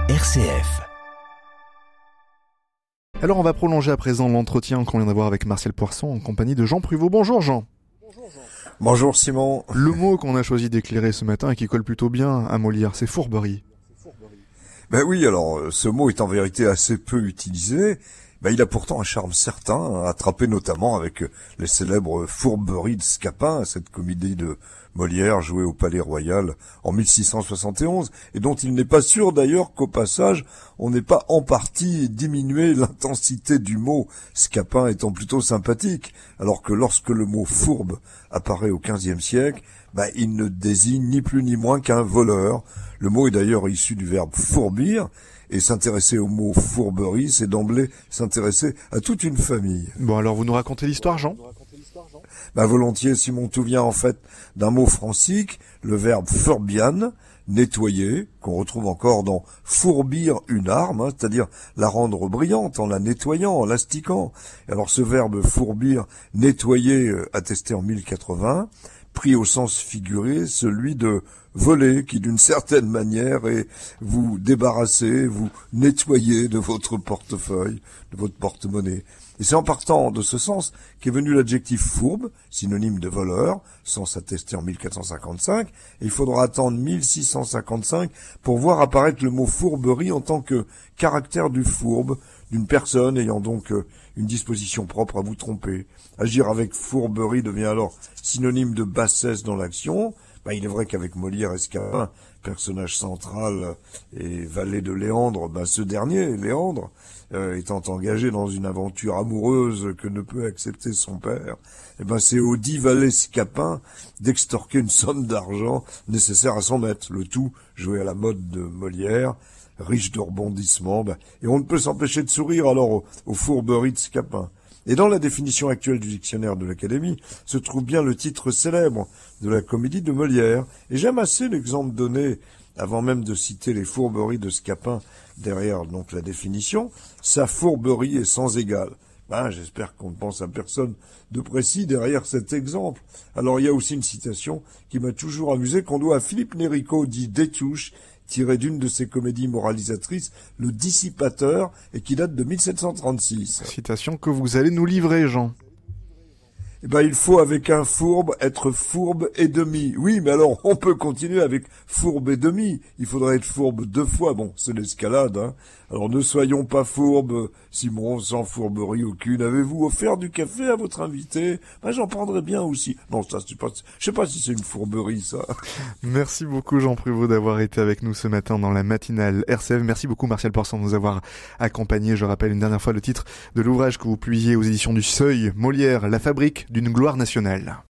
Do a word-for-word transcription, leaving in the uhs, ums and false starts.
R C F. Alors on va prolonger à présent l'entretien qu'on vient d'avoir avec Martial Poisson en compagnie de Jean Pruvot. Bonjour Jean. Bonjour Simon. Le mot qu'on a choisi d'éclairer ce matin et qui colle plutôt bien à Molière, c'est fourberie. Ben oui, alors ce mot est en vérité assez peu utilisé. Ben, il a pourtant un charme certain, attrapé notamment avec les célèbres Fourberies de Scapin, cette comédie de Molière jouée au Palais Royal en mille six cent soixante et onze, et dont il n'est pas sûr d'ailleurs qu'au passage, on n'ait pas en partie diminué l'intensité du mot, Scapin étant plutôt sympathique, alors que lorsque le mot fourbe apparaît au quinzième siècle, ben, il ne désigne ni plus ni moins qu'un voleur. Le mot est d'ailleurs issu du verbe fourbir, et s'intéresser au mot fourberie, c'est d'emblée s'intéresser à toute une famille. Bon alors vous nous racontez l'histoire Jean ? Ben volontiers Simon, tout vient en fait d'un mot francique, le verbe furbian, nettoyer, qu'on retrouve encore dans fourbir une arme, hein, c'est-à-dire la rendre brillante en la nettoyant, en l'astiquant. Et alors ce verbe fourbir, nettoyer, euh, attesté en mille quatre-vingts, pris au sens figuré, celui de voler, qui d'une certaine manière est vous débarrasser, vous nettoyer de votre portefeuille, de votre porte-monnaie. Et c'est en partant de ce sens qu'est venu l'adjectif fourbe, synonyme de voleur, sens attesté en mille quatre cent cinquante-cinq, et il faudra attendre mille six cent cinquante-cinq pour voir apparaître le mot fourberie en tant que caractère du fourbe, d'une personne ayant donc une disposition propre à vous tromper. Agir avec fourberie devient alors synonyme de bassesse dans l'action. Ben, il est vrai qu'avec Molière et Scapin, personnage central et valet de Léandre, ben, ce dernier, Léandre, euh, étant engagé dans une aventure amoureuse que ne peut accepter son père, eh ben, c'est au dit valet Scapin d'extorquer une somme d'argent nécessaire à son maître. Le tout joué à la mode de Molière, riche de rebondissements, ben, et on ne peut s'empêcher de sourire alors aux, aux fourberies de Scapin. Et dans la définition actuelle du dictionnaire de l'Académie se trouve bien le titre célèbre de la comédie de Molière. Et j'aime assez l'exemple donné, avant même de citer les fourberies de Scapin, derrière donc la définition, sa fourberie est sans égale. Ben, j'espère qu'on ne pense à personne de précis derrière cet exemple. Alors il y a aussi une citation qui m'a toujours amusé, qu'on doit à Philippe Néricault, dit Détouche, tiré d'une de ses comédies moralisatrices, Le Dissipateur, et qui date de mille sept cent trente-six. Citation que vous allez nous livrer, Jean. Eh ben, il faut, avec un fourbe, être fourbe et demi. Oui, mais alors, on peut continuer avec fourbe et demi. Il faudrait être fourbe deux fois. Bon, c'est l'escalade, hein. Alors, ne soyons pas fourbes, Simon, sans fourberie aucune. Avez-vous offert du café à votre invité? Ben, j'en prendrais bien aussi. Bon, ça, c'est pas, je sais pas si c'est une fourberie, ça. Merci beaucoup, Jean Pruvot, d'avoir été avec nous ce matin dans la matinale R C F. Merci beaucoup, Martial Poisson, de nous avoir accompagnés. Je rappelle une dernière fois le titre de l'ouvrage que vous publiez aux éditions du Seuil, Molière, La fabrique d'une gloire nationale.